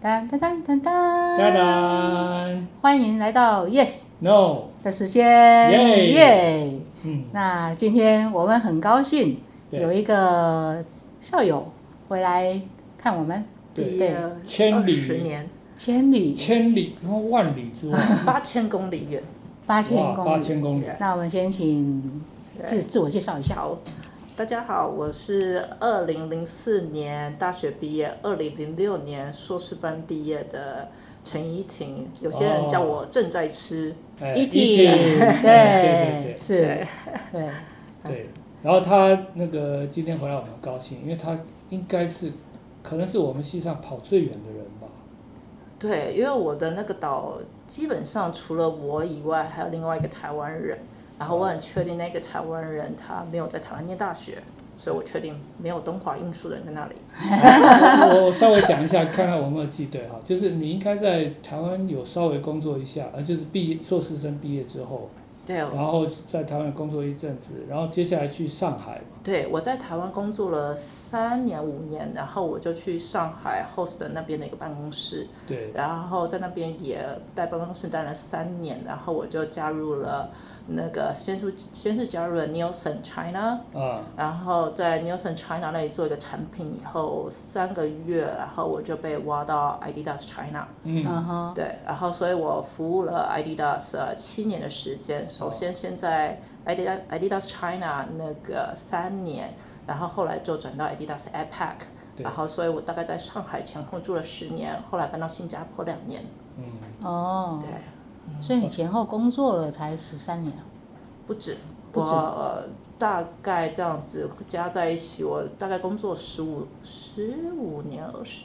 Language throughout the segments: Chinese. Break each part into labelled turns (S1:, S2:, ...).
S1: 噔噔噔噔噔，
S2: 当当，
S1: 欢迎来到 Yes
S2: No
S1: 的时间，耶！
S2: 嗯，
S1: 那今天我们很高兴
S2: 对
S1: 有一个校友回来看我们，
S3: 对，
S2: 千里
S3: 20年，
S1: 千里
S2: 然后万里之外，
S3: 8000公里远。
S1: 8000公里。
S2: 8000公里。
S1: 那我们先请自我介绍一下。
S3: 好，大家好，我是2004年大学毕业，2006年硕士班毕业的陈依婷，有些人叫我正在吃。
S1: 依婷，
S2: 对对
S1: 是，对。
S2: 对。然后他那个今天回来我们很高兴，因为他应该是可能是我们系上跑最远的人吧。
S3: 对，因为我的那个岛基本上除了我以外，还有另外一个台湾人，然后我很确定那个台湾人他没有在台湾念大学，所以我确定没有东华英数的人在那里。
S2: 我稍微讲一下，看看我有没有记对哈，就是你应该在台湾有稍微工作一下，就是硕士生毕业之后，
S3: 对，
S2: 然后在台湾工作一阵子，然后接下来去上海。
S3: 对，我在台湾工作了3年5年，然后我就去上海 host 的那边的一个办公室，
S2: 对，
S3: 然后在那边也在办公室待了3年，然后我就加入了那个先是加入了 Nielsen China，然后在 Nielsen China 那里做一个产品以后3个月，然后我就被挖到 Adidas China，对，然后所以我服务了 Adidas 7年的时间，首先先在Adidas China 那个3年，然后后来就转到 Adidas APAC， 然后所以我大概在上海前后住了10年，后来搬到新加坡2年。
S1: 哦，
S3: 对，
S1: 所以你前后工作了才13年？
S3: 不止，我大概这样子加在一起，我大概工作15年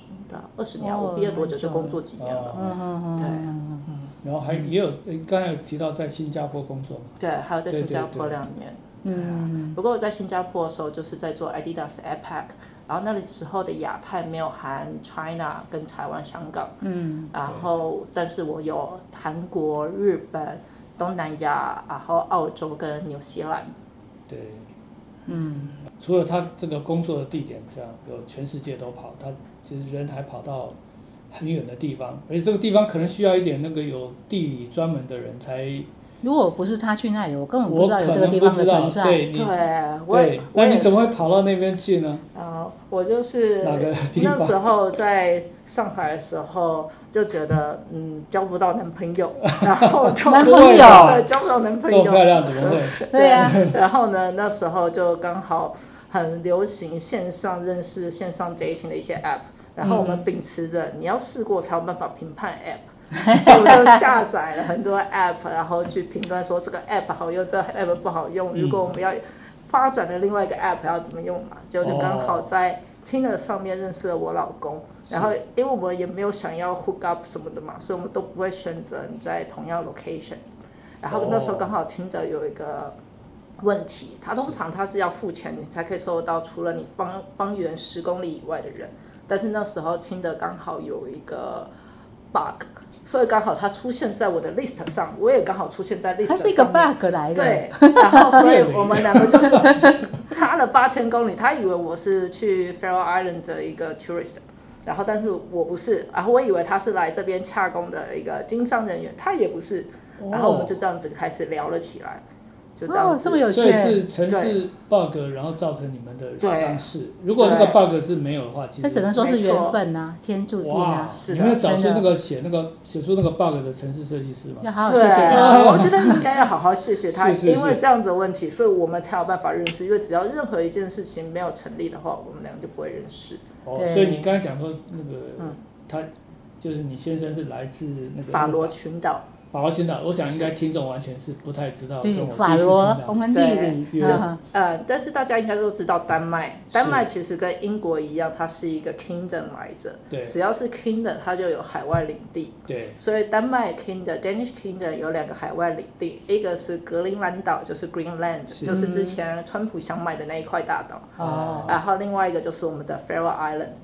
S3: 20年，我毕业多久就工作几年了。对，
S2: 然后也有刚才有提到在新加坡工作嘛？
S3: 对，还有在新加坡2年。不过我在新加坡的时候就是在做 Adidas APAC， 然后那个时候的亚太没有含 China 跟台湾、香港，然后但是我有韩国、日本、东南亚，然后澳洲跟纽西兰。
S2: 对，除了他这个工作的地点这样有全世界都跑，他其实人还跑到很远的地方，而且这个地方可能需要一点那个有地理专门的人才。
S1: 如果不是他去那里，我根本不知道有这个地方的存在。
S3: 对，
S2: 那你怎么会跑到那边去呢？
S3: 我就是
S2: 哪个地方？
S3: 那时候在上海的时候就觉得交不到男朋友，然后就
S1: 男朋友
S3: 交不到男朋友，
S2: 这么漂亮怎么会？
S1: 对呀。
S3: 然后呢，那时候就刚好很流行线上认识、线上 dating 的一些 app， 然后我们秉持着你要试过才有办法评判 app。所以我就下载了很多 app， 然后去评断说这个 app 好用，这个 app 不好用。如果我们要发展的另外一个 app 要怎么用嘛？就刚好在 Tinder 上面认识了我老公。然后因为我们也没有想要 hook up 什么的嘛，所以我们都不会选择你在同样 location。然后那时候刚好 Tinder 有一个问题，通常它是要付钱你才可以收得到除了你方圆10公里以外的人，但是那时候 Tinder 刚好有一个 bug。所以刚好它出现在我的 list 上，我也刚好出现在 list 上。
S1: 它是一个 bug 来的。
S3: 对，然后所以我们2个就是差了8000公里。他以为我是去 Faroe Island 的一个 tourist， 然后但是我不是，然后我以为他是来这边洽公的一个经商人员，他也不是。然后我们就这样子开始聊了起来。就这样子，
S1: 这么有趣。
S2: 所以是程式 bug， 然后造成你们的相识。如果那个 bug 是没有的话，其实
S1: 这只能说是缘分啊，天注定啊。
S2: 你们有找出那个写出那个 bug 的程式设计师吗？
S1: 要好好谢谢他。
S3: 我觉得应该要好好谢谢他，因为这样子的问题，所以我们才有办法认识。因为只要任何一件事情没有成立的话，我们2个就不会认识。
S2: 所以你刚才讲说那个他就是你先生是来自那个
S3: 法罗群岛。
S2: 法罗群岛，我想应该听众完全是不太知道。
S1: 对，法罗，我们地理。
S3: 但是大家应该都知道丹麦其实跟英国一样，它是一个 kingdom 来着。
S2: 对。
S3: 只要是 kingdom， 它就有海外领地。
S2: 对。
S3: 所以丹麦 Danish kingdom 有2个海外领地，一个是格陵兰岛，就是 Greenland， 就是之前川普想买的那一块大岛。然后另外一个就是我们的 Faroe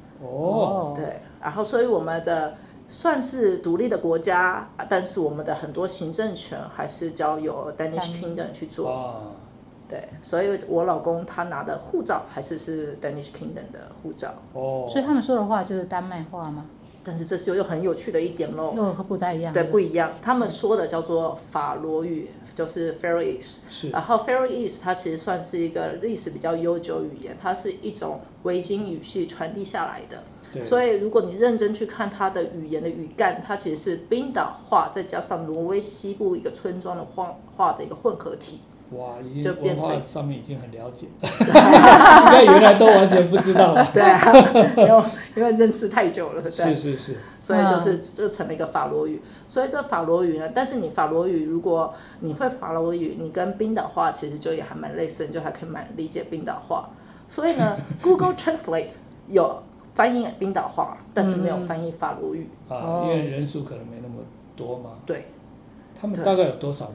S3: Island。对。然后所以我们的算是独立的国家，但是我们的很多行政权还是交由 Danish Kingdom 去做。对，所以我老公他拿的护照还是 Danish Kingdom 的护照。
S1: 所以他们说的话就是丹麦话吗？
S3: 但是这是又很有趣的一点喽，
S1: 又不太一样。
S3: 对，不一样。他们说的叫做法罗语，就是 Faroese。然后 Faroese 它其实算是一个历史比较悠久语言，它是一种维京语系传递下来的。所以如果你认真去看它的语言的语干，它其实是冰岛话再加上挪威西部一个村庄的话的一个混合体。
S2: 哇，已经文化上面已经很了解，应该原来都完全不知道吧？
S3: 对啊，因为认识太久了，对。
S2: 是。
S3: 所以就成了一个法罗语。所以这法罗语呢，但是你法罗语如果你会法罗语，你跟冰岛话其实就也还蛮类似，你就还可以蛮理解冰岛话。所以呢，Google Translate 有翻译冰岛话，但是没有翻译法罗语。
S2: 因为人数可能没那么多嘛。
S3: 对。
S2: 他们大概有多少人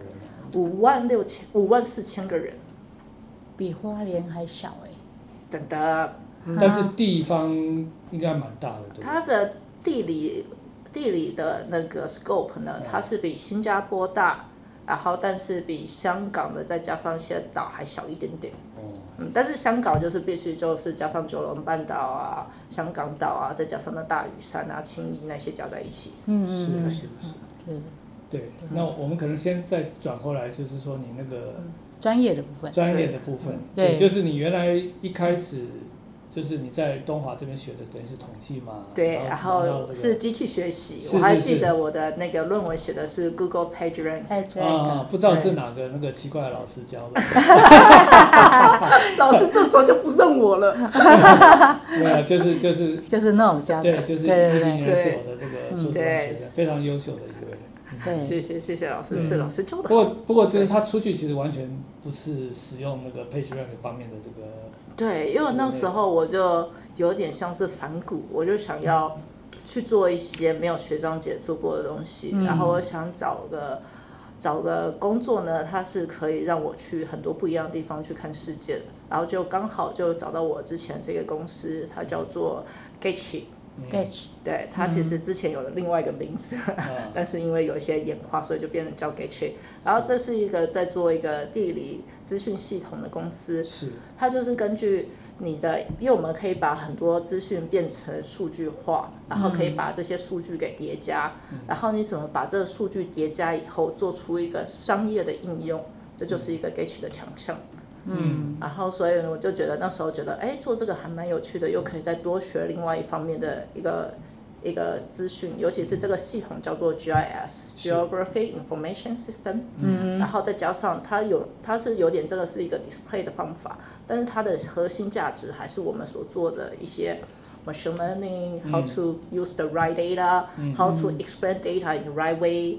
S3: ？54000个人，
S1: 比花莲还小
S3: 真的。
S2: 但是地方应该蛮大的，对。
S3: 它的地理的那个 scope 呢，它是比新加坡大，然后但是比香港的再加上一些岛还小一点点。但是香港就是必须就是加上九龙半岛啊、香港岛啊，再加上那大屿山啊、青衣那些加在一起。
S2: 是。对，那我们可能先再转过来，就是说你那个
S1: 专业的部分。
S2: 对，就是你原来一开始就是你在东华这边学的等于是统计嘛。
S3: 对，然后是机器学习。我还记得我的那个论文写的是 Google PageRank。
S2: 不知道是哪个那个奇怪的老师教的。
S3: 老师这时候就不认我了。
S2: 没有，就是
S1: 那种教的。
S2: 对，就是已经是我的这个硕士学生，非常优秀的一位。
S1: 对，
S3: 谢谢老师，是老师教的。
S2: 不过就是他出去其实完全不是使用那个 PageRank 方面的这个。
S3: 对，因为那时候我就有点像是反骨，我就想要去做一些没有学长姐做过的东西，然后我想找个工作呢，它是可以让我去很多不一样的地方去看世界的，然后就刚好就找到我之前这个公司，它叫做 Getchi。对，它其实之前有了另外一个名字，但是因为有一些演化，所以就变成叫 Getchi。然后这是一个在做一个地理资讯系统的公司，它就是根据你的，因为我们可以把很多资讯变成数据化，然后可以把这些数据给叠加，然后你怎么把这个数据叠加以后做出一个商业的应用，这就是一个 Getchi 的强项。然后所以我就觉得那时候觉得，做这个还蛮有趣的，又可以再多学另外一方面的一个资讯，尤其是这个系统叫做 GIS（Geography Information System）。然后再加上它是有点这个是一个 display 的方法，但是它的核心价值还是我们所做的一些 machine learning，how to use the right data，how to explain data in the right way。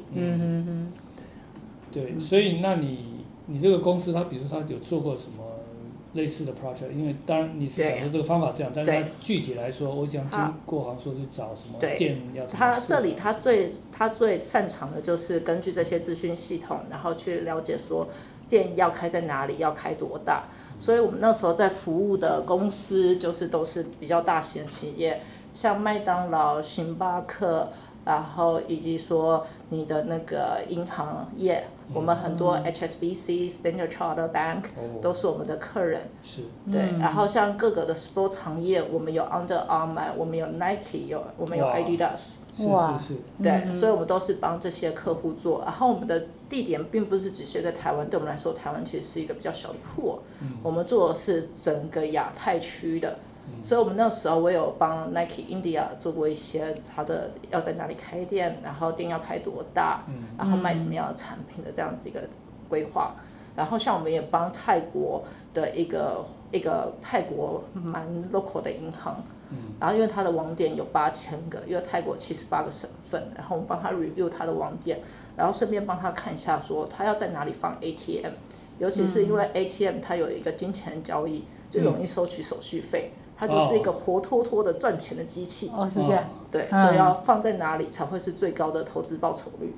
S2: 对，所以那你这个公司，它比如说它有做过什么类似的 project？ 因为当然你是讲的这个方法这样，但是它具体来说，我想听过好像说是找什么店要怎么。
S3: 它这里它最擅长的就是根据这些资讯系统，然后去了解说店要开在哪里，要开多大。所以我们那时候在服务的公司就是都是比较大型的企业，像麦当劳、星巴克。然后以及说你的那个银行业，我们很多 HSBC、Standard Chartered Bank 都是我们的客人。对，然后像各个的 sports 行业，我们有 Under Armour， 我们有 Nike， 我们有 Adidas。
S2: 是。
S3: 对，所以我们都是帮这些客户做。然后我们的地点并不是只限在台湾，对我们来说，台湾其实是一个比较小的pool。我们做的是整个亚太区的。所以我们那时候我有帮 Nike India 做过一些他的要在哪里开店，然后店要开多大，然后卖什么样的产品的这样子一个规划。然后像我们也帮泰国的一个泰国蛮 local 的银行，然后因为它的网点有8000个，因为泰国78个省份，然后我们帮他 review 他的网点，然后顺便帮他看一下说他要在哪里放 ATM， 尤其是因为 ATM 它有一个金钱交易，就容易收取手续费。它就是一个活脱脱的赚钱的机器。
S1: 是这样。
S3: 对，所以要放在哪里才会是最高的投资报酬率。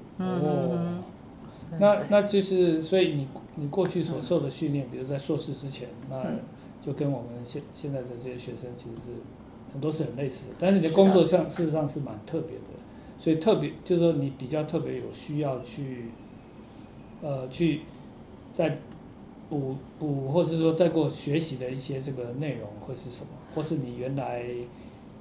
S2: 那就是所以你过去所受的训练，比如在硕士之前，那就跟我们现在的这些学生其实是很多是很类似的，但是你的工作上事实上是蛮特别的，所以特别就是说你比较特别有需要去在补或是说再过学习的一些这个内容会是什么，或是你原来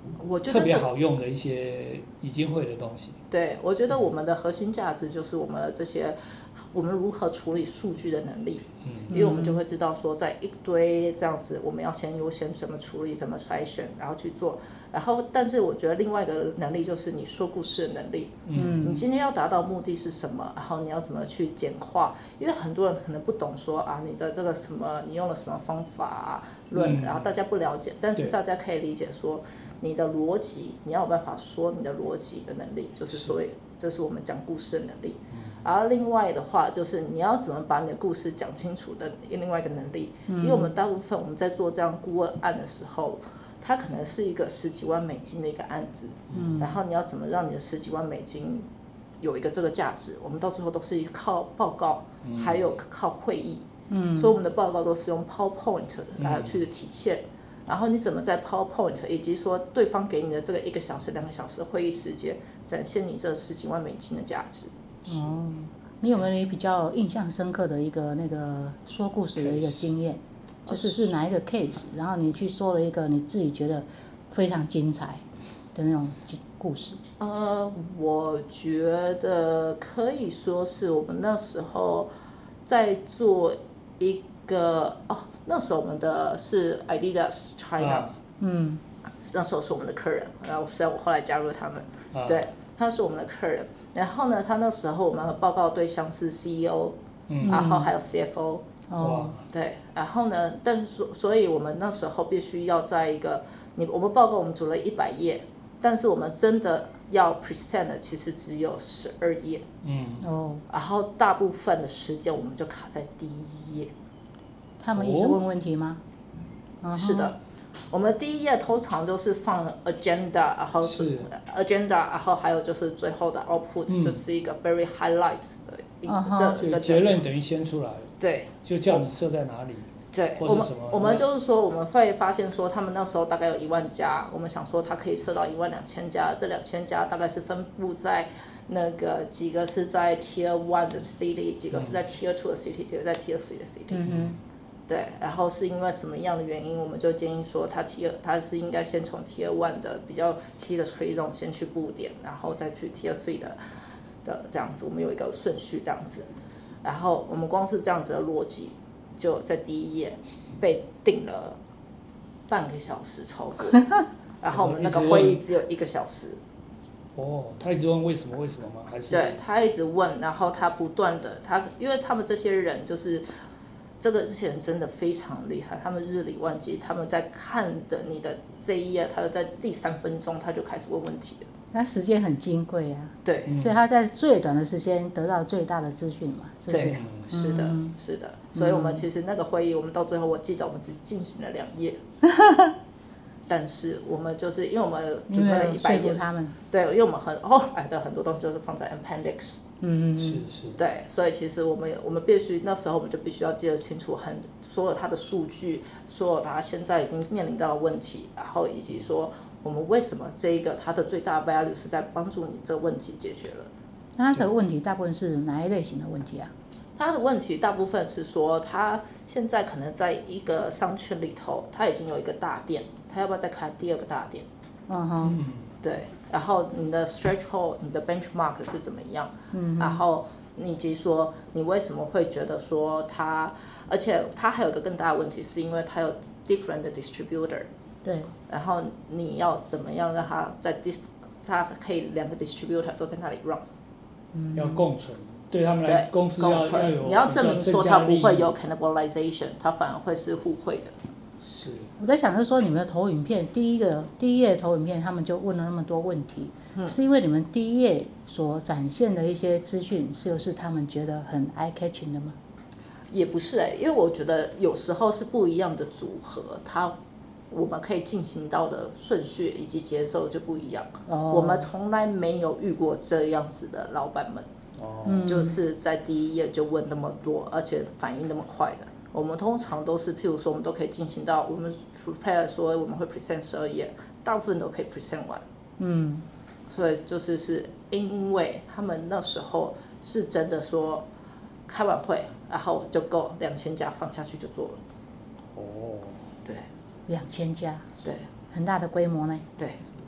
S3: 我觉得
S2: 特别好用的一些已经会的东西。
S3: 对，我觉得我们的核心价值就是我们的这些，我们如何处理数据的能力。因为我们就会知道说，在一堆这样子，我们要先优先怎么处理、怎么筛选，然后去做。然后，但是我觉得另外一个能力就是你说故事的能力。你今天要达到目的是什么？然后你要怎么去简化？因为很多人可能不懂说啊，你的这个什么，你用了什么方法论，然后大家不了解，但是大家可以理解说，你的逻辑，你要有办法说你的逻辑的能力，就是所谓这是我们讲故事的能力。然后另外的话，就是你要怎么把你的故事讲清楚的另外一个能力。因为我们大部分我们在做这样顾问案的时候，它可能是一个10几万美金的一个案子，然后你要怎么让你的10几万美金有一个这个价值？我们到最后都是靠报告，还有靠会议。所以我们的报告都是用 PowerPoint 来去体现。然后你怎么在 PowerPoint 以及说对方给你的这个1个小时、2个小时会议时间，展现你这10几万美金的价值？
S1: 你有没有比较印象深刻的一个那个说故事的一个经验？就是哪一个 case， 然后你去说了一个你自己觉得非常精彩的那种故事？
S3: 我觉得可以说是我们那时候在做一个那时候我们的是 Adidas China，那时候是我们的客人，然后虽然我后来加入他们，对，他是我们的客人。然后呢，他那时候我们的报告对象是 CEO，然后还有 CFO。对，然后呢，但是所以我们那时候必须要在一个我们报告我们组了100页，但是我们真的要 present 的其实只有12页。然后大部分的时间我们就卡在第1页。
S1: 他们一直问问题吗？
S3: 是的。我们第1页通常就是放 agenda， 然后是 agenda， 然后还有就是最后的 output，就是一个 very highlight 的一个
S2: 结论等于先出来了，
S3: 对，
S2: 就叫你设在哪里，
S3: 对，
S2: 或者什么。
S3: 我们就是说我们会发现说他们那时候大概有1万家，我们想说它可以设到12000家，这2000家大概是分布在那个几个是在 Tier 1的 city， 几个是在 Tier 2的 city， 几个在 Tier 3的 city。对，然后是因为什么样的原因，我们就建议说它是应该先从 Tier 1的比较 Tier 的推动先去布点，然后再去 Tier 3的这样子，我们有一个顺序这样子。然后我们光是这样子的逻辑，就在第1页被定了半个小时超过，然后我们那个会议只有1个小时。
S2: 他一直问为什么吗？还是？
S3: 对，他一直问，然后他不断的因为他们这些人就是。这些人真的非常厉害，他们日理万机，他们在看的你的这一页，他在第3分钟他就开始问问题了。
S1: 他时间很金贵啊，
S3: 对，
S1: 所以他在最短的时间得到最大的资讯嘛，是不是？
S3: 对，是的，是的。所以我们其实那个会议，我们到最后我记得我们只进行了2页，但是我们就是因为我们准备了100页，
S1: 他们
S3: 对，因为我们后来的很多东西都是放在 appendix。
S2: 是。
S3: 对，所以其实我们必须那时候我们就必须要记得清楚所有它的数据，所有它现在已经面临到的问题，然后以及说我们为什么这一个它的最大 value 是在帮助你这个问题解决了。
S1: 那它的问题大部分是哪一类型的问题啊？
S3: 它的问题大部分是说，它现在可能在一个商圈里头，它已经有一个大店，它要不要再开第2个大店？对。然后你的 threshold， 你的 benchmark 是怎么样？然后以及说你为什么会觉得说而且它还有一个更大的问题，是因为它有 different 的 distributor。
S1: 对。
S3: 然后你要怎么样让它它可以2个 distributor 都在那里 run？
S2: 要共存，对他们来公司要有。
S3: 你要证明说它不会有 cannibalization， 它反而会是互惠的。
S2: 是。
S1: 我在想是说你们的投影片第一页投影片他们就问了那么多问题，是因为你们第1页所展现的一些资讯是他们觉得很 eye catching 的吗？
S3: 也不是因为我觉得有时候是不一样的组合，我们可以进行到的顺序以及节奏就不一样。我们从来没有遇过这样子的老板们，就是在第1页就问那么多，而且反应那么快的。我们通常都是，譬如说，我们都可以进行到我们 prepare 说我们会 present 12页，大部分都可以 present 完。所以是因为他们那时候是真的说，开完会然后就够2000家放下去就做了。
S1: 对。2000家。
S3: 对。
S1: 很大的规模呢。
S3: 对。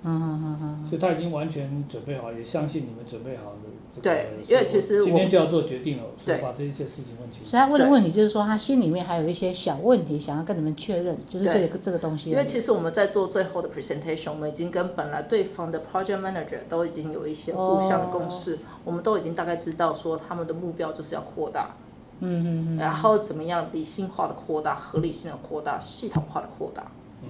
S2: 所以他已经完全准备好，也相信你们准备好了这个。
S3: 对，因为其实
S2: 今天就要做决定了，所以把这一切事情问清楚。
S1: 所以他问的问题就是说，他心里面还有一些小问题想要跟你们确认，就是这个东西。
S3: 因为其实我们在做最后的 presentation， 我们已经跟本来对方的 project manager 都已经有一些互相的共识，我们都已经大概知道说他们的目标就是要扩大。然后怎么样理性化的扩大、合理性的扩大、系统化的扩大。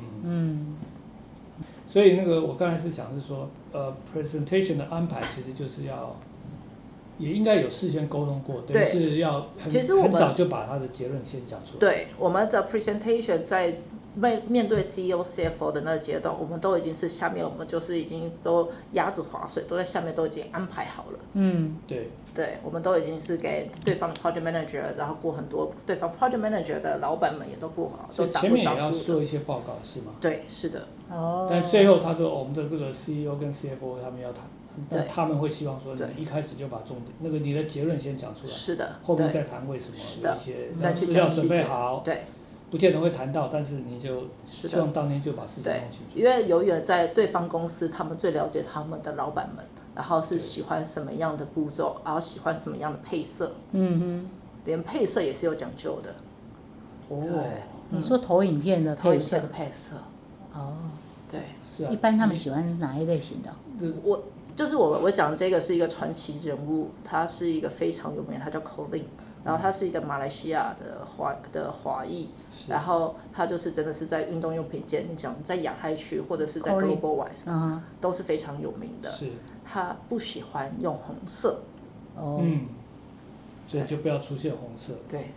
S2: 所以那个我刚才是想是说，presentation 的安排其实就是要，也应该有事先沟通过，等于是要很早就把他的结论先讲出来。
S3: 对，我们的 presentation 在面对 CEO、CFO 的那个阶段，我们都已经是下面我们就是已经都鸭子划水，都在下面都已经安排好了。对，我们都已经是给对方的 project manager， 然后过很多对方 project manager 的老板们也都过好，
S2: 所以前面也要做一些报告是吗？
S3: 对，是的。
S2: 但最后他说，我们的这个 CEO 跟 CFO 他们要谈，但他们会希望说，你一开始就把重点那个你的结论先讲出来，
S3: 是的，
S2: 后面再谈为什么有一些资料准备好，
S3: 对。
S2: 不见得会谈到，但是你就希望当天就把事情弄清楚。
S3: 因为永远在对方公司，他们最了解他们的老板们，然后是喜欢什么样的步骤，然后喜欢什么样的配色。连配色也是有讲究的。
S1: 你说投影片的配色？
S3: 配色。对。
S2: 是啊。
S1: 一般他们喜欢哪一类型的？
S3: 我讲的这个是一个传奇人物，他是一个非常有名，他叫 Colin。然后他是一个马来西亚的华裔，然后他就是真的是在运动用品界，你讲在亚太区或者是在 Global Wise，都是非常有名的。
S2: 是。
S3: 他不喜欢用红色。
S2: 所以就不要出现红色。
S3: 对。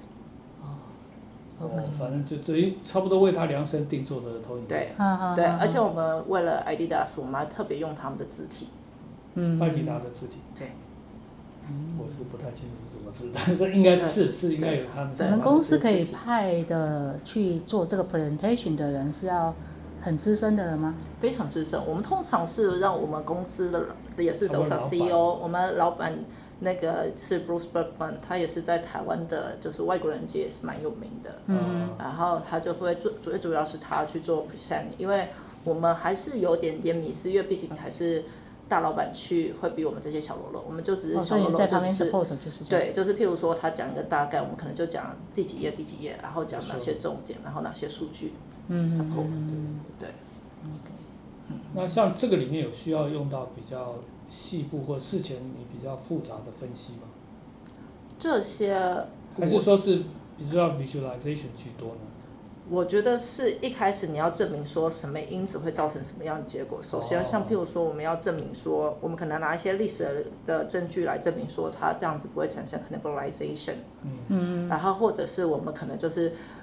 S2: 反正就等于差不多为他量身定做的投影片。
S3: 对，而且我们为了 Adidas， 我们还特别用他们的字体。
S2: 艾迪达的字体。
S3: 对。
S2: 我是不太清楚是什么字，但是应该是应该有他们。
S1: 你们公司可以派的去做这个 presentation 的人是要很资深的人吗？
S3: 非常资深，我们通常是让我们公司的也是手上 CEO， 我们老板那个是 Bruce Bergman， 他也是在台湾的，就是外国人界也是蛮有名的。然后他就会最主要是他去做 present， 因为我们还是有点迷思，因为毕竟还是。大老板去会比我们这些小喽啰，我们就只是小喽啰，对，就是譬如说他讲一个大概，我们可能就讲第几页，然后讲哪些重点，然后哪些数据，support，对。
S2: 那像这个里面有需要用到比较细部或事前你比较复杂的分析吗？
S3: 这些
S2: 还是说是比较 visualization 居多呢？
S3: 我觉得是一开始你要证明说什么因子会造成什么样的结果。首先，像譬如说我们要证明说，我们可能拿一些历史的证据来证明说它这样子不会产生 cannibalization。然后或者是我们可能就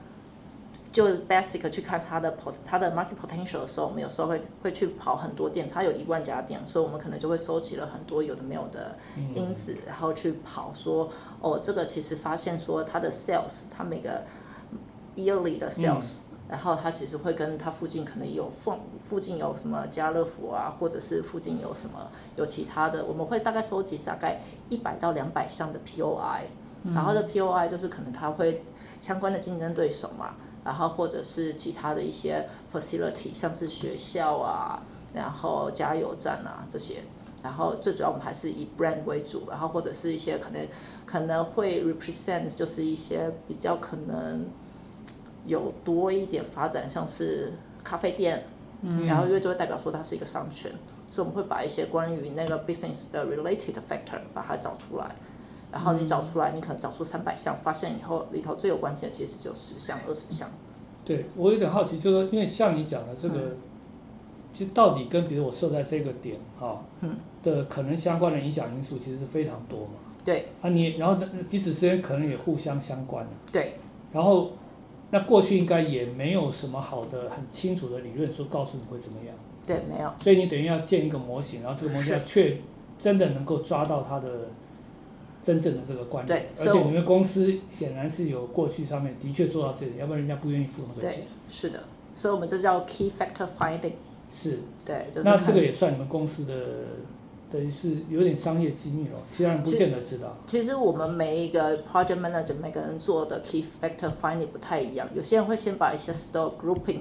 S3: basic 去看它的 market potential 的时候，我们有时候会去跑很多店，它有1万家店，所以我们可能就会收集了很多有的没有的因子，然后去跑说，这个其实发现说它的 sales， 它每个yearly 的 sales，然后它其实会跟它附近可能附近有什么家乐福啊，或者是附近有什么有其他的，我们会大概收集大概100到200项的 POI，然后的 POI 就是可能它会相关的竞争对手嘛，然后或者是其他的一些 facility， 像是学校啊，然后加油站啊这些。然后最主要我们还是以 brand 为主，然后或者是一些可能会 represent 就是一些比较可能有多一点发展，像是咖啡店，然后因为就会代表说它是一个商圈，所以我们会把一些关于那个 business 的 related factor 把它找出来，然后你找出来，你可能找出300项，发现以后里头最有关键的其实只有10项、20项。
S2: 对，我有点好奇，就是说，因为像你讲的这个，其实到底跟比如我设在这个点的可能相关的影响因素，其实是非常多嘛。
S3: 对。
S2: 然后彼此之间可能也互相相关。
S3: 对。
S2: 然后。那过去应该也没有什么好的、很清楚的理论说告诉你会怎么样。
S3: 对，没有。
S2: 所以你等于要建一个模型，然后这个模型要真的能够抓到它的真正的这个观点。对。而且你们公司显然是有过去上面的确做到这点，要不然人家不愿意付那个钱。
S3: 对，是的。所以我们就叫 key factor finding。
S2: 是。
S3: 对，就是。
S2: 那这个也算你们公司的。等于是有点商业机密了，其他人不见得知道。
S3: 其实我们每一个 project manager 每个人做的 key factor finding 不太一样，有些人会先把一些 store grouping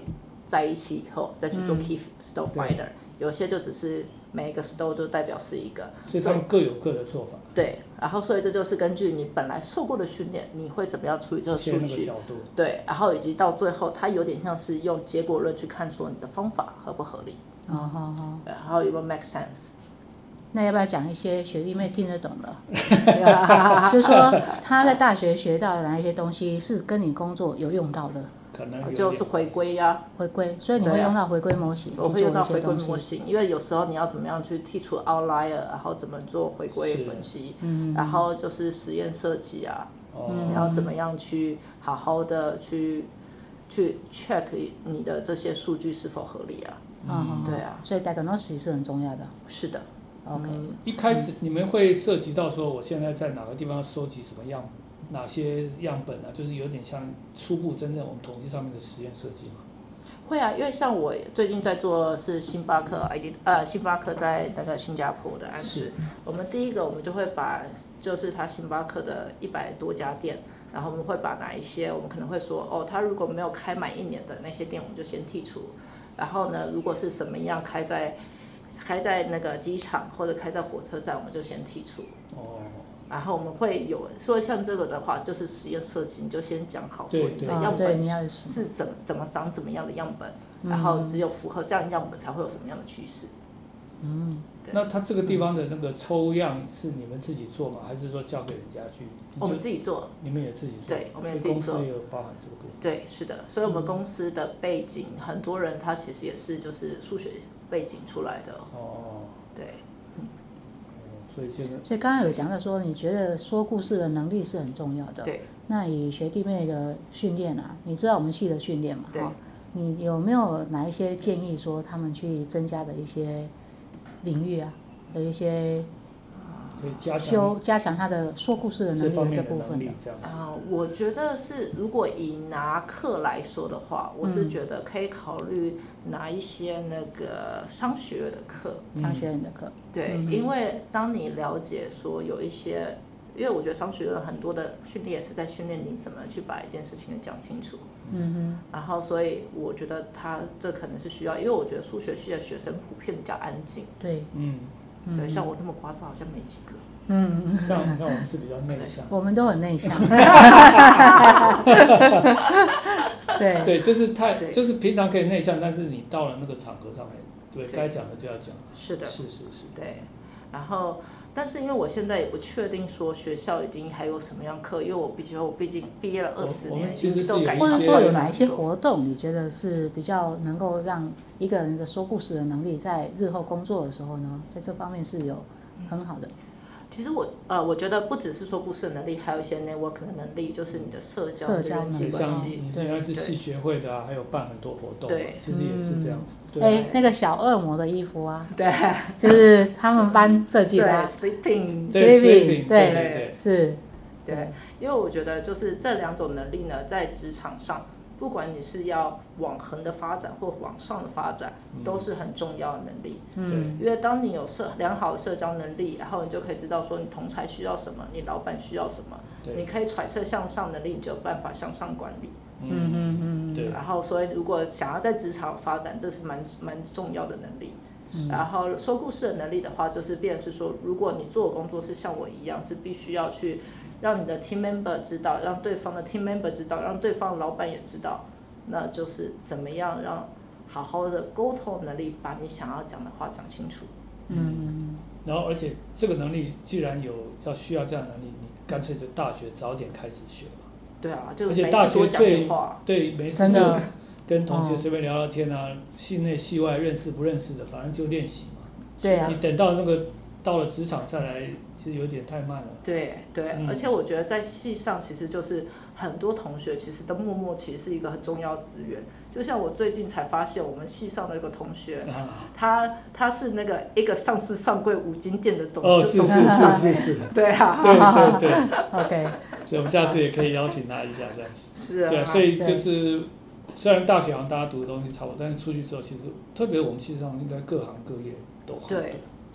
S3: 在一起以后再去做 key store finder，有些就只是每一个 store 就代表是一个，
S2: 所以他们各有各的做法。
S3: 对，然后所以这就是根据你本来受过的训练，你会怎么样处理这个数据，对，然后以及到最后，它有点像是用结果论去看说你的方法合不合理，然后有没有 make sense。
S1: 那要不要讲一些学弟妹听得懂的？就是说他在大学学到的哪一些东西是跟你工作有用到的？
S2: 可能
S3: 就是回归呀，
S1: 回归，所以你会用到回归模型，
S3: 我会用到回归模型，因为有时候你要怎么样去剔除 outlier， 然后怎么做回归分析，然后就是实验设计啊，你要怎么样去好好的去 check 你的这些数据是否合理啊？对啊，
S1: 所以 diagnosis 是很重要的。
S3: 是的。
S1: OK，
S2: 一开始你们会涉及到说，我现在在哪个地方收集什么哪些样本啊？就是有点像初步真正我们统计上面的实验设计吗？
S3: 会啊，因为像我最近在做的是星巴克在那个新加坡的案子。我们第一个我们就会把就是他星巴克的100多家店，然后我们会把哪一些我们可能会说他如果没有开满1年的那些店，我们就先剔除。然后呢，如果是什么样开在那个机场或者开在火车站，我们就先剔除。然后我们会有说像这个的话，就是实验设计，你就先讲好说你的样本是怎么长怎么样的样本，然后只有符合这样样本才会有什么样的趋势。
S2: 那他这个地方的那个抽样是你们自己做吗？还是说交给人家去？
S3: 我们自己做。
S2: 你们也自己做？
S3: 对，我们也自己做。
S2: 公司也有包含这个部分。
S3: 对，是的，所以我们公司的背景，很多人他其实也是就是数学背景出来的。对。
S2: 所
S1: 以刚刚有讲到说，你觉得说故事的能力是很重要的。
S3: 对。
S1: 那以学弟妹的训练啊，你知道我们系的训练嘛？
S3: 对。
S1: 你有没有哪一些建议说他们去增加的一些领域啊，有一些加强他的说故事的能力的这部分的？
S3: 我觉得是，如果以拿课来说的话，我是觉得可以考虑拿一些那个商学院的课。
S1: 商学院的课。
S3: 对，因为当你了解说有一些，因为我觉得商学院很多的训练是在训练你怎么去把一件事情讲清楚。然后所以我觉得这可能是需要，因为我觉得数学系的学生普遍比较安静。
S1: 对。
S3: 对，像我那么聒噪好像没几个。
S2: 像我们是比较内向。
S1: 我们都很内向。
S2: 对，就是平常可以内向，但是你到了那个场合上面，对该讲的就要讲。
S3: 是的。
S2: 是。
S3: 对，然后但是因为我现在也不确定说学校已经还有什么样课，因为我毕竟毕业了20年，
S1: 或者说有哪一些活动，你觉得是比较能够让一个人的说故事的能力在日后工作的时候呢，在这方面是有很好的。
S3: 其实我觉得不只是说故事的能力，还有一些 network 的能力，就是你的社交人际关系。
S2: 你原来是系学会的啊，还有办很多活动，对，其实也是这样子。
S1: 那个小恶魔的衣服啊，
S3: 对，
S1: 就是他们班设计的。
S3: Sleeping，
S1: 对，是，
S3: 对，因为我觉得就是这2种能力呢，在职场上，不管你是要往横的发展或往上的发展，都是很重要的能力。因为当你有良好的社交能力，然后你就可以知道说你同侪需要什么，你老板需要什么，你可以揣测向上能力，你就有办法向上管理。对。然后所以如果想要在职场发展，这是蛮重要的能力。然后说故事的能力的话，就是变成是说，如果你做的工作是像我一样，是必须要去让你的 team member 知道，让对方的 team member 知道，让对方的老板也知道，那就是怎么样让好好的沟通能力，把你想要讲的话讲清楚。
S2: 然后而且这个能力既然需要这样的能力，你干脆就大学早点开始学嘛。
S3: 对啊，就
S2: 而且大学没事就跟同学随便聊聊天啊，系内系外认识不认识的，反正就练习嘛。
S1: 对啊。
S2: 你等到了职场再来，其实有点太慢了。
S3: 对，而且我觉得在系上其实就是很多同学其实都默默其实是一个很重要的资源。就像我最近才发现，我们系上的一个同学，他是那个一个上市上柜5金店的董事长。
S2: 是。
S3: 对啊。
S2: 对。
S1: OK。
S2: 所以我们下次也可以邀请他一下这样子。
S3: 是啊。
S2: 对，所以就是虽然大学好像大家读的东西差不多，但是出去之后，其实特别我们系上应该各行各业都好。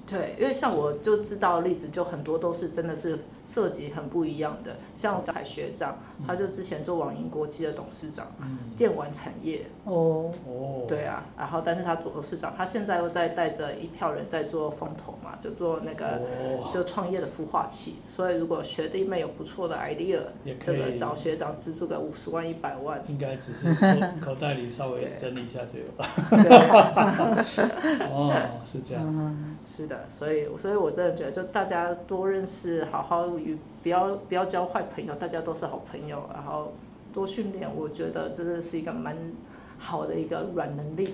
S3: 对，因为像我就知道的例子，就很多都是真的是涉及很不一样的。像海学长，他就之前做网银国际的董事长，电玩产业。对啊，然后但是他做董事长，他现在又在带着一票人在做风投嘛，就做那个就创业的孵化器。所以如果学弟妹有不错的 idea， 这个找学长资助个50万100万，
S2: 应该只是口袋里稍微整理一下就有了。是这样。
S3: 是的，所以我真的觉得，就大家多认识，好好不要交坏朋友，大家都是好朋友，然后多训练，我觉得真的是一个蛮好的一个软能力。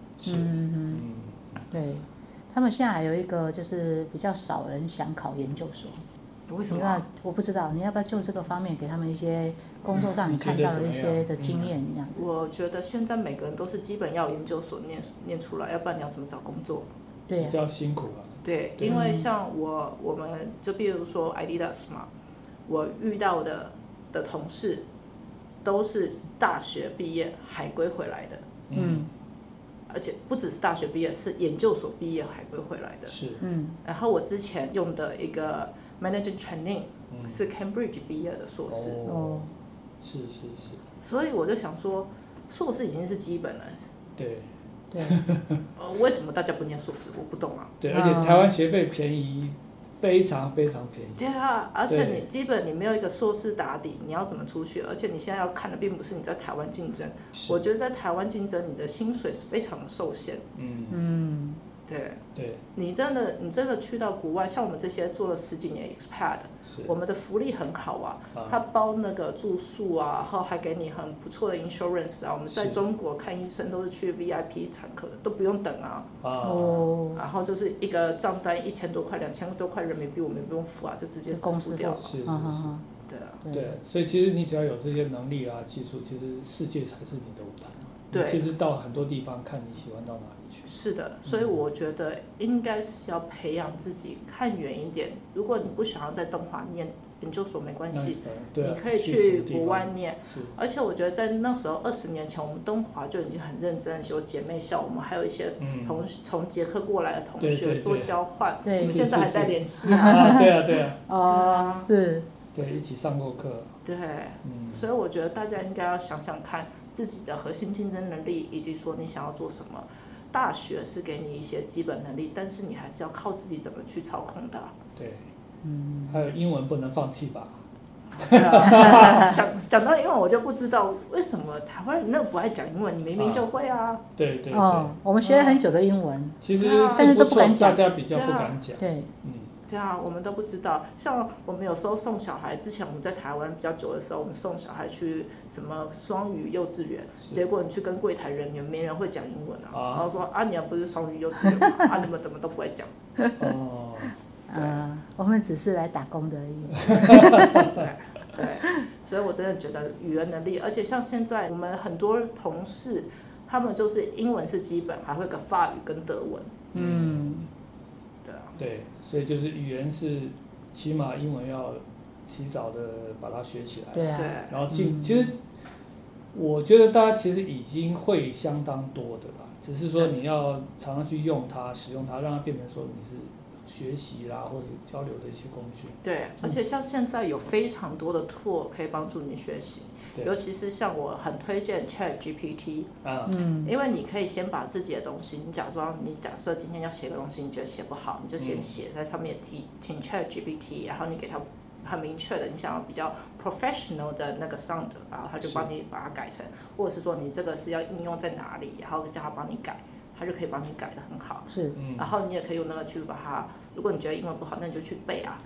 S1: 对，他们现在还有一个就是比较少人想考研究所。
S3: 为什么？
S1: 我不知道，你要不要就这个方面给他们一些工作上你看到的一些的经验这样子？
S3: 我觉得现在每个人都是基本要研究所念出来，要不然你要怎么找工作？
S1: 对、
S2: 比较辛苦了。
S3: 对，因为像我们就比如说 Adidas 嘛，我遇到的同事都是大学毕业海归回来的，而且不只是大学毕业，是研究所毕业海归回来的。
S2: 是，
S3: 然后我之前用的一个 Managing Training 是 Cambridge 毕业的硕士。
S2: 是。
S3: 所以我就想说，硕士已经是基本了。
S2: 对。
S3: 为什么大家不念硕士？我不懂啊。
S2: 对，而且台湾学费便宜，非常非常便宜。
S3: 对啊，而且你基本你没有一个硕士打底，你要怎么出去？而且你现在要看的并不是你在台湾竞争，我觉得在台湾竞争，你的薪水是非常的受限。对，你真的去到国外，像我们这些做了10几年 expat， 我们的福利很好啊，他包那个住宿啊，然后还给你很不错的 insurance 啊。我们在中国看医生都是去 VIP 产科的，都不用等啊。然后就是一个账单1000多块、2000多块人民币，我们也不用付啊，就直接支付掉了。
S2: 是。
S3: 对，
S2: 所以其实你只要有这些能力啊、技术，其实世界才是你的舞台。对，其实到很多地方看你喜欢到哪里去。
S3: 是的，所以我觉得应该是要培养自己看远一点。如果你不想要在东华念研究所没关系，你可以去国外念。而且我觉得在那时候20年前，我们东华就已经很认真，有姐妹校，我们还有一些从捷克过来的同学做交换，我们现在还在联系啊。
S2: 对啊。
S1: 是。
S2: 对，一起上过课。
S3: 对，所以我觉得大家应该要想想看自己的核心竞争能力，以及说你想要做什么。大学是给你一些基本能力，但是你还是要靠自己怎么去操控的。
S2: 对，还有英文不能放弃吧。
S3: 讲到英文，我就不知道为什么台湾人那么不爱讲英文，你明明就会啊。
S2: 对。
S1: 我们学了很久的英文，
S2: 其实
S1: 但是都不敢讲，
S2: 大家比较不敢讲。
S3: 对啊，我们都不知道。像我们有时候送小孩，之前我们在台湾比较久的时候，我们送小孩去什么双语幼稚园，结果你去跟柜台人员，没人会讲英文啊。然后说你们不是双语幼稚园吗？你们怎么都不会讲？
S1: 我们只是来打工的而已。
S3: 对，所以我真的觉得语言能力，而且像现在我们很多同事，他们就是英文是基本，还会有个法语跟德文。
S2: 对，所以就是语言是起码英文要及早的把它学起来。
S1: 对。
S2: 然后其实我觉得大家其实已经会相当多的啦，只是说你要常常去用它、使用它，让它变成说你是学习啦或者交流的一些工具。
S3: 对，而且像现在有非常多的 tool 可以帮助你学习，尤其是像我很推荐 ChatGPT，因为你可以先把自己的东西，你假设今天要写个东西，你觉得写不好，你就先写在上面请 ChatGPT， 然后你给它很明确的你想要比较 professional 的那个 sound， 然后它就帮你把它改成，或者是说你这个是要应用在哪里，然后叫它帮你改。它就可以帮你改得很好，然后你也可以用那个去把它，如果你觉得英文不好，那你就去背啊。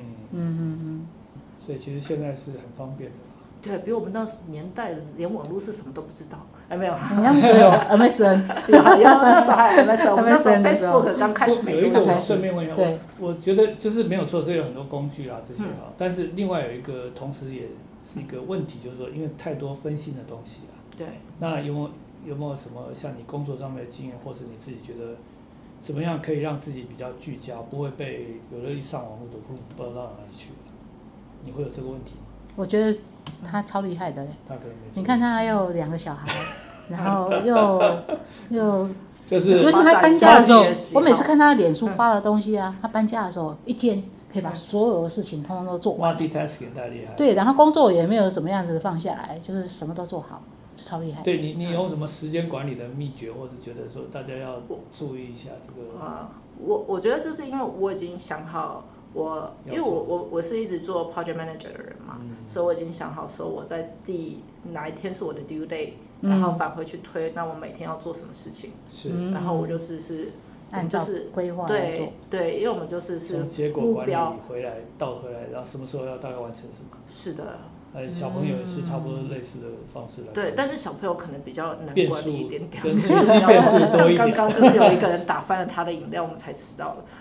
S2: 所以其实现在是很方便的。
S3: 对，比我们那年代连网络是什么都不知道，没有。
S1: 你那时候有 MSN，
S3: 那时候还有 MSN， 我们那时候 Facebook 刚开始没多久。
S2: 有一个我顺便问一下，我觉得就是没有错，这有很多工具啦这些但是另外有一个同时也是一个问题，就是说因为太多分心的东西啦。
S3: 对。
S2: 那有没有什么像你工作上面的经验，或是你自己觉得怎么样可以让自己比较聚焦，不会被有的一上网络都不知道到哪里去了？你会有这个问题吗？
S1: 我觉得他超厉害的嘞。
S2: 他可能没。
S1: 你看他还有2个小孩，然后又
S2: 就是
S1: 尤其他搬家的时候
S3: 发展，
S1: 我每次看他脸书发的东西啊，他搬家的时候一天可以把所有的事情通通都做完。
S2: multitasking 太厉害。
S1: 对，然后工作也没有什么样子放下来，就是什么都做好，就超厉害。
S2: 对你有什么时间管理的秘诀，或者觉得说大家要注意一下这个？
S3: 我觉得就是因为我已经想好因为我是一直做 project manager 的人嘛，所以我已经想好说我在哪一天是我的 due day，然后返回去推，那我每天要做什么事情，然后我就是
S1: 按照规划来做。
S3: 对，因为我们就是
S2: 从结果管理回来，然后什么时候要大概完成什么？
S3: 是的。
S2: 小朋友也是差不多类似的方式来。
S3: 对，但是小朋友可能比较难管理一点点，
S2: 跟随机变数多一点。
S3: 像刚刚就是有一个人打翻了他的饮料，我们才吃到了。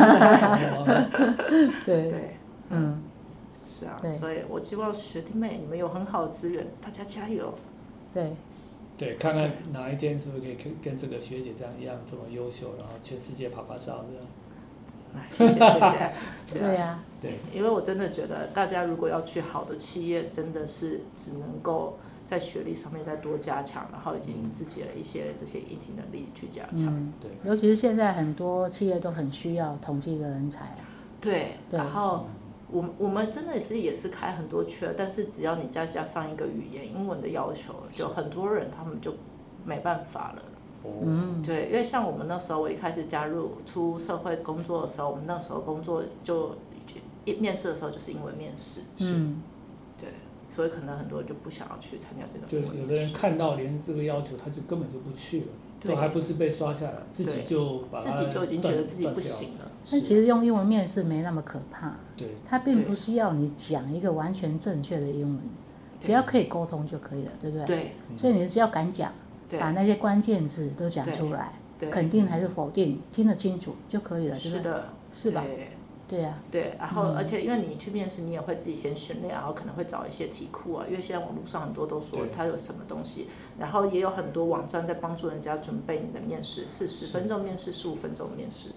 S1: 对，
S3: 是啊，所以我希望学弟妹你们有很好的资源，大家加油。
S2: 对，看看哪一天是不是可以跟这个学姐这样一样这么优秀，然后全世界拍照这样。
S3: 谢谢。
S1: 对呀。
S2: 对，
S3: 因为我真的觉得大家如果要去好的企业，真的是只能够在学历上面再多加强，然后以及自己的一些这些硬体能力去加强。
S2: 对，
S1: 尤其是现在很多企业都很需要统计的人才啊。
S3: 对，然后我们真的也是开很多缺，但是只要你再加上一个语言英文的要求，就很多人他们就没办法了。对，因为像我们那时候，我一开始出社会工作的时候，我们那时候工作就面试的时候就是英文面试。对，所以可能很多人就不想要去参加这个。
S2: 就有的人看到连这个要求，他就根本就不去了，都还不是被刷下来，自己就
S3: 已经觉得自己不行了。
S1: 但其实用英文面试没那么可怕，
S2: 对，
S1: 它并不是要你讲一个完全正确的英文，只要可以沟通就可以了，对不对？
S3: 对。
S1: 所以你只要敢讲。把那些关键字都讲出来，肯定还是否定，听得清楚就可以了，对不对？
S3: 是的，
S1: 是吧？对呀。
S3: 对，然后而且因为你去面试，你也会自己先训练，然后可能会找一些题库啊，因为现在网络上很多都说它有什么东西，然后也有很多网站在帮助人家准备你的面试，是10分钟面试、15分钟面试。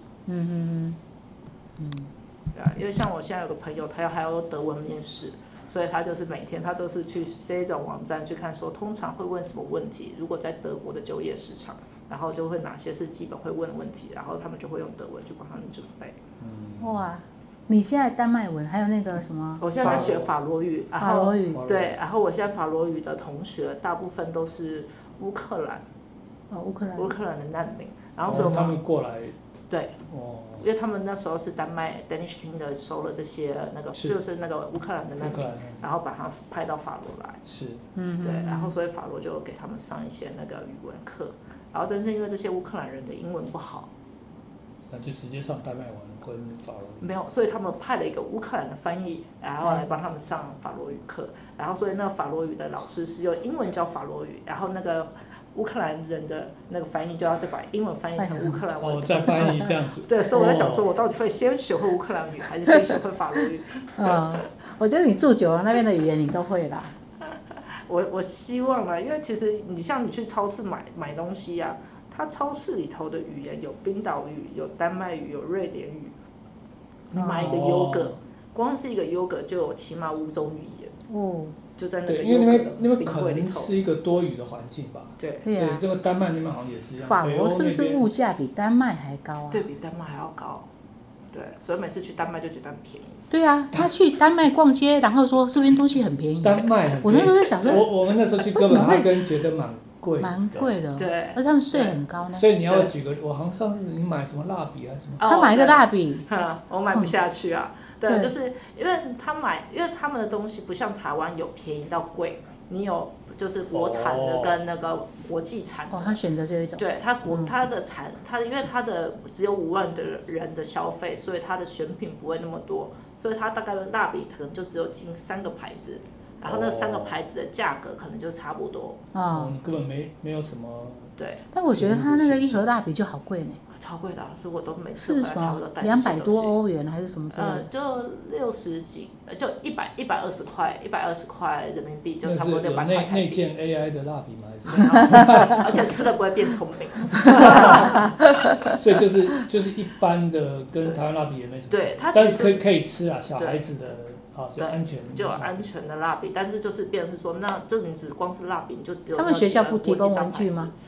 S3: 对啊，因为像我现在有个朋友，他还要德文面试。所以他就是每天他都是去这一种网站去看说通常会问什么问题，如果在德国的就业市场，然后就会哪些是基本会问的问题，然后他们就会用德文去帮他们准备。
S1: 哇，你现在丹麦文还有那个什么？
S3: 我现在在学法罗语，然后
S1: 法罗语
S3: 对，然后我现在法罗语的同学大部分都是乌克兰的难民，然后所以
S2: 他们过来。
S3: 对，因为他们那时候是丹麦 Danish Kinder 收了这些就是那个乌克兰的难民，然后把他派到法国来。
S2: 是，
S3: 对，然后所以法国就给他们上一些那个语文课，然后但是因为这些乌克兰人的英文不好，
S2: 那就直接上丹麦文跟法罗语。
S3: 没有，所以他们派了一个乌克兰的翻译，然后来帮他们上法罗语课，然后所以那个法罗语的老师是用英文教法罗语，然后那个乌克兰人的那个翻译就要再把英文翻译成乌克兰文。
S2: 再翻译这样子。
S3: 对，所以我在想说，我到底会先学会乌克兰语，还是先学会法罗语？
S1: 我觉得你住久了，那边的语言你都会啦。
S3: 我希望啦，因为其实你像你去超市买东西啊，它超市里头的语言有冰岛语、有丹麦语、有瑞典语。你买一个优格，光是一个优格就有起码5种语言。就在那个
S2: 因为那边可能是一个多语的环境吧。
S3: 对，
S2: 那个丹麦那边好像也是一样。
S1: 法国是不是物价比丹麦还高啊？
S3: 对，比丹麦还要高。对，所以每次去丹麦就觉得很便宜。
S1: 对啊，他去丹麦逛街，然后说这边东西很便宜。
S2: 丹麦很便宜。
S1: 我那时候在想说，
S2: 我们那时候去哥本哈根觉得蛮贵
S1: 的。
S3: 对。
S1: 而他们税很高呢。
S2: 所以你要举个，我好像上次你买什么蜡笔还是什么？
S1: 他买一个蜡笔。
S3: 我买不下去啊。对，就是因为他们的东西不像台湾有便宜到贵，你有就是国产的跟那个国际产的。
S1: 他选择这一种。
S3: 对，他因为他的只有5万的人的消费，所以他的选品不会那么多，所以他大概的蜡笔可能就只有进3个牌子，然后那3个牌子的价格可能就差不多。
S2: 你根本没有什么。
S3: 对。
S1: 但我觉得他那个1盒蜡笔就好贵呢。
S3: 超贵的，所以我都每次回来差不多带
S1: 200多欧元还是什么之类的？
S3: 就60几，就120块人民币，就差不多600块台币。
S2: 内建 AI 的蜡笔吗？
S3: 而且吃了不会变聪明。
S2: 所以就是一般的，跟台湾蜡笔也没什么。
S3: 对，它
S2: 但是可以吃啊，小孩子的。就安全，
S3: 就有安全的蜡笔，但是就是变成是说，那就你只光是蜡笔，你就只有。
S1: 他们学校不提供文具吗？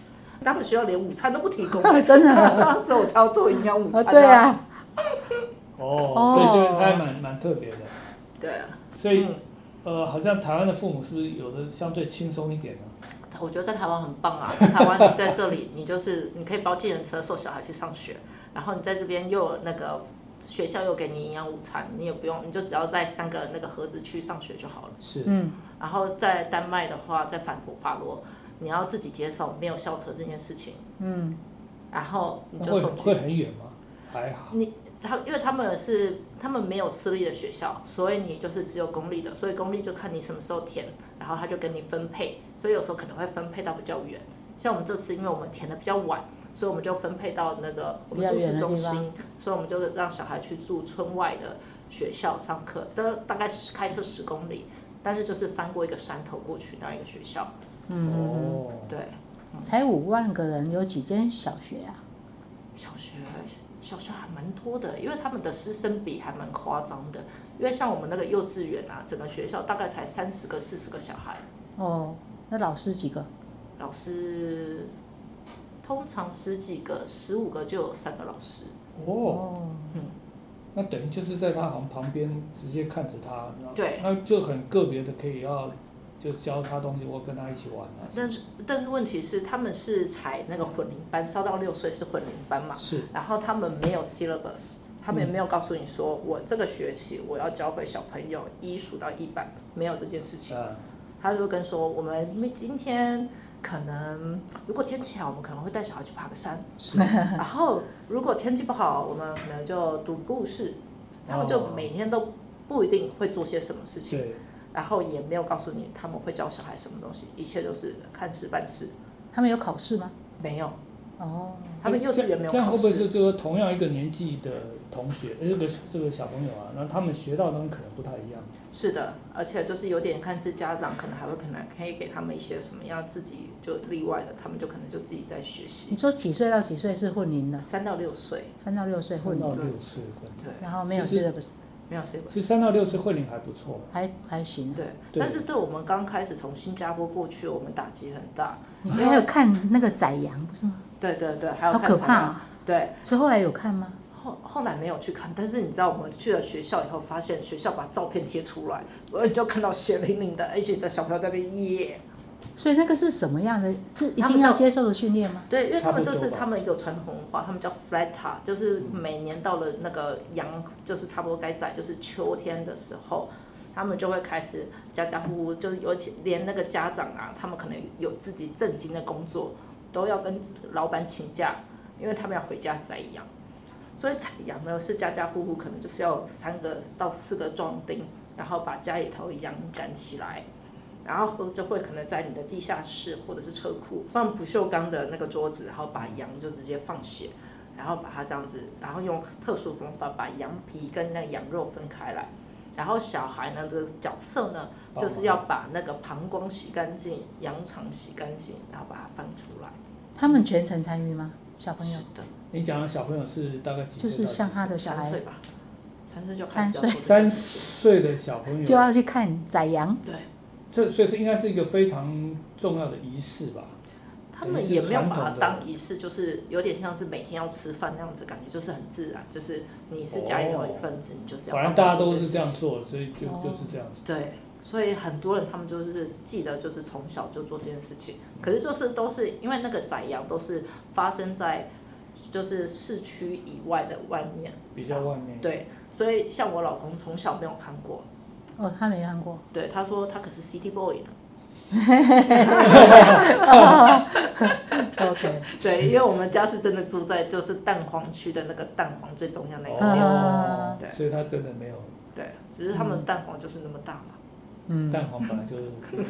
S3: 他们学校连午餐都不提供，
S1: 真的，
S3: 所以我才要做营养午餐。
S1: 对啊。
S2: 所以这个他还蛮特别的。
S3: 对啊。
S2: 所以好像台湾的父母是不是有的相对轻松一点呢？
S3: 我觉得在台湾很棒啊，在台湾你在这里，你可以包计程车送小孩去上学，然后你在这边又有那个学校又给你营养午餐，你也不用，你就只要带3个那个盒子去上学就好了。
S2: 是。
S3: 然后在丹麦的话，在法罗，你要自己接送，没有校车这件事情。然后你就送去。
S2: 会很远吗？还好。
S3: 因为他们没有私立的学校，所以你就是只有公立的，所以公立就看你什么时候填，然后他就跟你分配，所以有时候可能会分配到比较远。像我们这次，因为我们填的比较晚，所以我们就分配到那个我们住市中心，所以我们就让小孩去住村外的学校上课，大概开车10公里，但是就是翻过一个山头过去那一个学校。对。
S1: 才5万个人，有几间小学啊？
S3: 小学还蛮多的，因为他们的师生比还蛮夸张的。因为像我们那个幼稚园啊，整个学校大概才30个、40个小孩。
S1: 那老师几个？
S3: 老师通常10几个、15个就有3个老师。
S2: 那等于就是在他旁边直接看着他，
S3: 对，
S2: 那就很个别的可以就教他东西或跟他一起玩
S3: 但是问题是他们是采那个混龄班，3到6岁是混龄班嘛？
S2: 是。
S3: 然后他们没有 syllabus， 他们也没有告诉你说我这个学期我要教会小朋友1数到100，没有这件事情。他就跟说我们今天可能如果天气好，我们可能会带小孩去爬个山。然后如果天气不好，我们可能就读故事。他们就每天都不一定会做些什么事情。
S2: 对。
S3: 然后也没有告诉你他们会教小孩什么东西，一切都是看事办事。
S1: 他们有考试吗？
S3: 没有。他们幼稚园没有考试。
S2: 这样会不会是就说同样一个年纪的同学，这个小朋友啊，那他们学到的东西可能不太一样？
S3: 是的，而且就是有点看是家长可能可以给他们一些什么样自己就例外的，他们就可能就自己在学习。
S1: 你说几岁到几岁是混龄的
S3: ？3到6岁。
S1: 3到6岁混龄。
S2: 3到6岁混龄。
S3: 对。
S1: 然后没有 syllabus。
S3: 没有 syllabus。
S2: 其实3到6岁混龄还不错。
S1: 还行。
S3: 对。但是对我们刚开始从新加坡过去，我们打击很大。
S1: 你还有看那个宰羊不是吗？
S3: 对，还有看。
S1: 好可怕啊！
S3: 对。
S1: 所以后来有看吗？
S3: 后来没有去看，但是你知道我们去了学校以后，发现学校把照片贴出来，所以就看到血淋淋的一起的小朋友在那边耶。
S1: 所以那个是什么样的？是一定要接受的训练吗？
S3: 对，因为他们这是他们一个传统文化，他们叫 flata， 就是每年到了那个羊就是差不多该宰，就是秋天的时候，他们就会开始家家户户，就是尤其连那个家长啊，他们可能有自己正经的工作，都要跟老板请假，因为他们要回家宰羊。所以宰羊呢，是家家户户可能就是要3个到4个壮丁，然后把家里头羊赶起来。然后就会可能在你的地下室或者是车库放不锈钢的那个桌子，然后把羊就直接放血，然后把它这样子，然后用特殊方法把羊皮跟那个羊肉分开来。然后小孩呢的角色呢，就是要把那个膀胱洗干净，羊肠洗干净，然后把它翻出来。
S1: 他们全程参与吗？小朋友？
S3: 是的。
S2: 你讲的小朋友是大概几岁？
S1: 就是像他的小孩
S3: 3岁吧，3岁就开始
S2: 3岁的小朋友
S1: 就要去看宰羊。
S3: 对。
S2: 所以应该是一个非常重要的仪式吧？
S3: 他们也没有把它当仪式，就是有点像是每天要吃饭那样子感觉，就是很自然，就是你是家里头一份子，你就是要。
S2: 反正大家都是这样做，所以就是这样子。
S3: 对，所以很多人他们就是记得，就是从小就做这件事情。可是就是都是因为那个宰羊都是发生在就是市区以外的外面，
S2: 比较外面。
S3: 对，所以像我老公从小没有看过。
S1: 他没看过。
S3: 对，他说他可是 City Boy 呢。
S1: OK。
S3: 对，因为我们家是真的住在就是蛋黄区的那个蛋黄最中央那个地方。对。
S2: 所以他真的没有。
S3: 对，只是他们蛋黄就是那么大嘛。
S2: 蛋黄本来就是。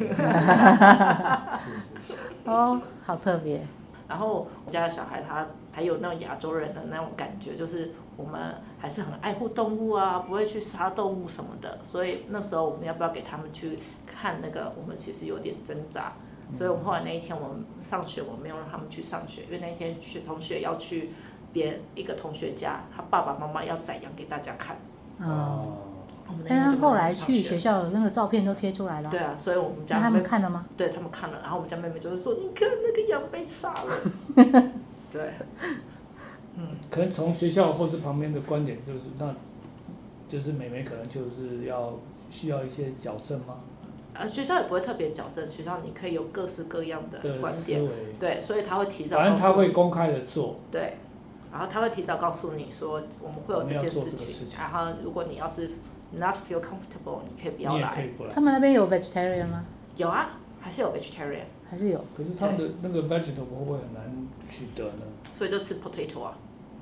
S2: 是。
S1: 好特别。
S3: 然后我家的小孩他还有那种亚洲人的那种感觉，就是我们还是很爱护动物啊，不会去杀动物什么的。所以那时候我们要不要给他们去看那个，我们其实有点挣扎。所以我们后来那一天我们上学，我没有让他们去上学，因为那一天同学要去一个同学家，他爸爸妈妈要宰羊给大家看。
S1: 但他后来去学校，那个照片都贴出来了。
S3: 对啊，所以我们家
S1: 他们看了吗？
S3: 对他们看了，然后我们家妹妹就是说，你看那个羊被杀了。对，
S2: 可能从学校或是旁边的观点就是，那就是妹妹可能就是需要一些矫正吗？
S3: 学校也不会特别矫正，学校你可以有各式各样的观点，对，所以他会提早。
S2: 反正他会公开的做。
S3: 对，然后他会提早告诉你说，我们会有这件事情，然后如果你要是 not feel comfortable， 你可以不要来。
S1: 他们那边有 vegetarian 吗？
S3: 有啊，还是有 vegetarian。
S1: 还是有。
S2: 可是他们的那个 vegetable 会不会很难取得呢？
S3: 所以就吃 potato 啊。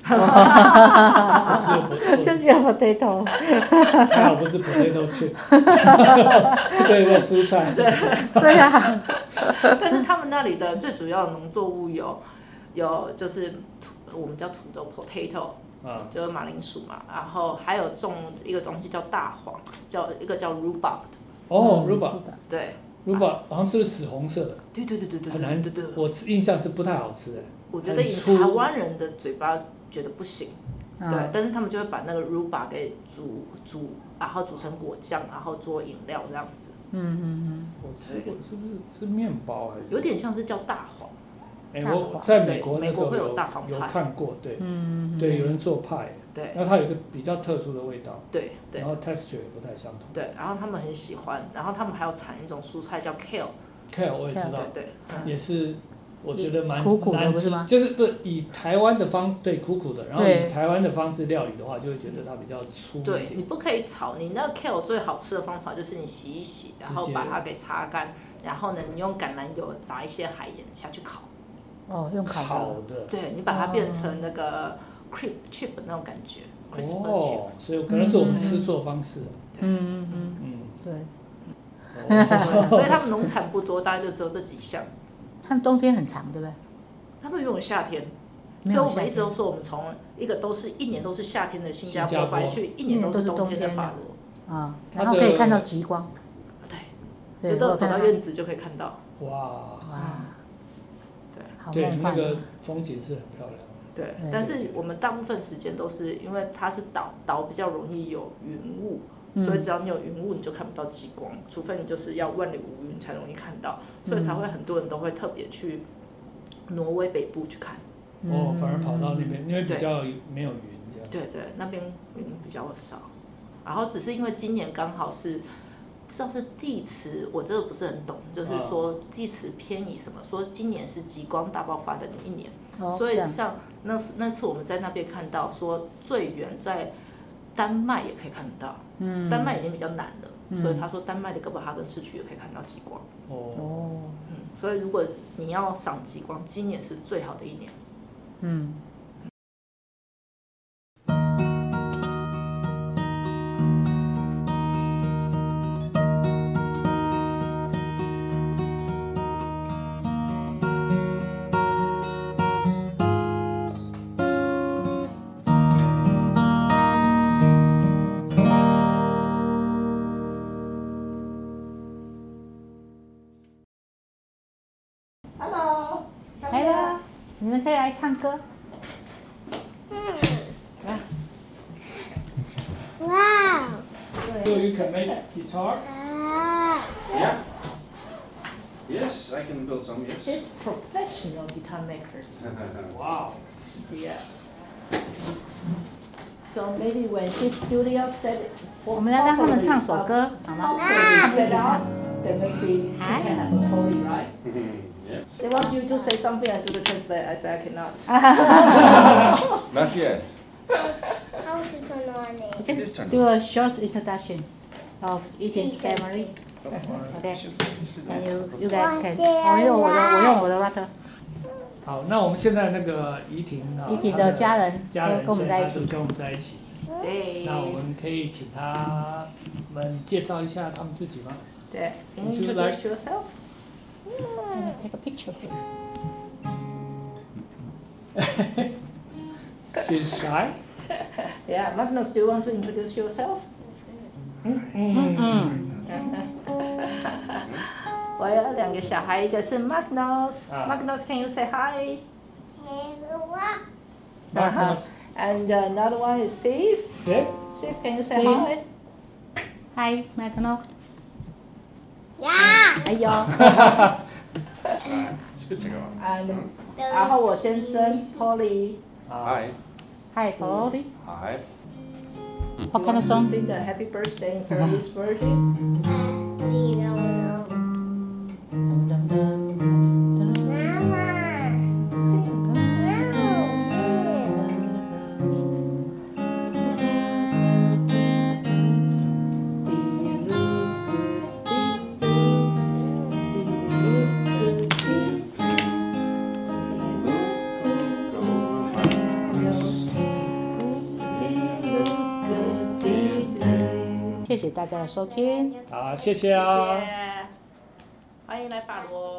S1: 就只有 potato。
S3: 还
S2: 好不是 potato chips。这个蔬菜。
S1: 对啊。
S3: 但是他们那里的最主要的农作物有就是我们叫土豆 potato。就是马铃薯嘛，然后还有种一个东西叫大黄，一个叫 rhubarb 的。
S2: 哦 ，rhubarb。对。rhubarb 好像是不是紫红色的？
S3: 对。
S2: 很难，我印象是不太好吃的。
S3: 我觉得以台湾人的嘴巴觉得不行，对，但是他们就会把那个 rhubarb 给煮，然后煮成果酱，然后做饮料这样子。
S2: 我吃过，是不是面包还是？
S3: 有点像是叫大黄。
S2: 我在美国那时候
S3: 有
S2: 看过，对，对，有人做派，
S3: 对，
S2: 那它有一个比较特殊的味道，
S3: 对，
S2: 然后 texture 也不太相同，
S3: 对，然后他们很喜欢，然后他们还有产一种蔬菜叫 kale
S2: 我也知道，
S3: 对，
S2: 也是我觉得蛮
S1: 苦苦的不是吗？
S2: 就是不以台湾的对苦苦的，然后以台湾的方式料理的话，就会觉得它比较粗一点。
S3: 对，你不可以炒，你那个 kale 最好吃的方法就是你洗一洗，然后把它给擦干，然后呢，你用橄榄油撒一些海盐下去烤。
S1: 用烤
S2: 的。
S3: 对，你把它变成那个 chip 那种感觉 ，crispy chip。
S2: 所以可能是我们吃错方式。
S1: 对。
S3: 所以他们农产不多，大概就只有这几项。
S1: 他们冬天很长，对不对？
S3: 他们有夏天，所以我们一直都说，我们从一年都是夏天的新加坡白去一年都是冬天的法
S1: 国。然后可以看到极光。
S3: 对，就走到院子就可以看到。
S2: 哇。
S1: 对，
S2: 那个风景是很漂亮。
S3: 对，但是我们大部分时间都是因为它是岛比较容易有云雾，所以只要你有云雾，你就看不到极光，除非你就是要万里无云才容易看到，所以才会很多人都会特别去挪威北部去看。
S2: 反而跑到那边，因为比较没有云这样。
S3: 对，那边云比较少，然后只是因为今年刚好是。不知道是地磁，我这个不是很懂，就是说地磁偏移什么，说今年是极光大爆发的一年，所以像那次我们在那边看到，说最远在丹麦也可以看到，丹麦已经比较难了，所以他说丹麦的哥本哈根市区也可以看到极光。所以如果你要赏极光，今年是最好的一年。
S1: 你们可以来唱歌。
S4: Wow.
S2: So you can make guitar?
S4: Yeah.
S5: Yes, I can build some, yes.
S3: He's professional guitar maker.
S2: Wow.
S3: Yeah. So maybe when his studio set
S1: 我们来让他们唱首歌，好吗？他们一起唱。
S3: Then maybe he can have a holy right.
S5: Yes.
S3: They want you to say something and do the translate. I say I cannot.
S5: Not yet.
S4: How to turn on it?
S1: Just do a short introduction of Ethan's family. Okay. And you guys can. 我用我的 water.
S2: 好，那我们现在那个怡婷
S1: 的家人
S2: 跟
S1: 我们在一起。
S2: 跟我们在一起。
S3: 对。
S2: 那我们可以请他们介绍一下他们自己吗？
S3: 对。Can you introduce yourself?
S1: Take a picture first.
S2: She's shy.
S3: Yeah, Magnus, do you want to introduce yourself? 我有两个小孩，一个是 Magnus。Magnus, can you say hi?
S2: Magnus.
S3: And another one is Steve.
S2: Steve,
S3: can you say hi?
S1: Hi, Magno.
S4: Yeah.
S1: 哎呦，
S5: Good to go.
S3: 然后我先生 Polly。
S5: Hi.
S1: Hi, Polly.
S5: Hi.
S1: What kind of song?
S3: Sing the Happy Birthday in Furby's version.
S4: We don't know. Mama.
S3: Sing.
S1: 谢谢大家的收听。
S2: 好，谢谢啊。
S3: 欢迎来法罗。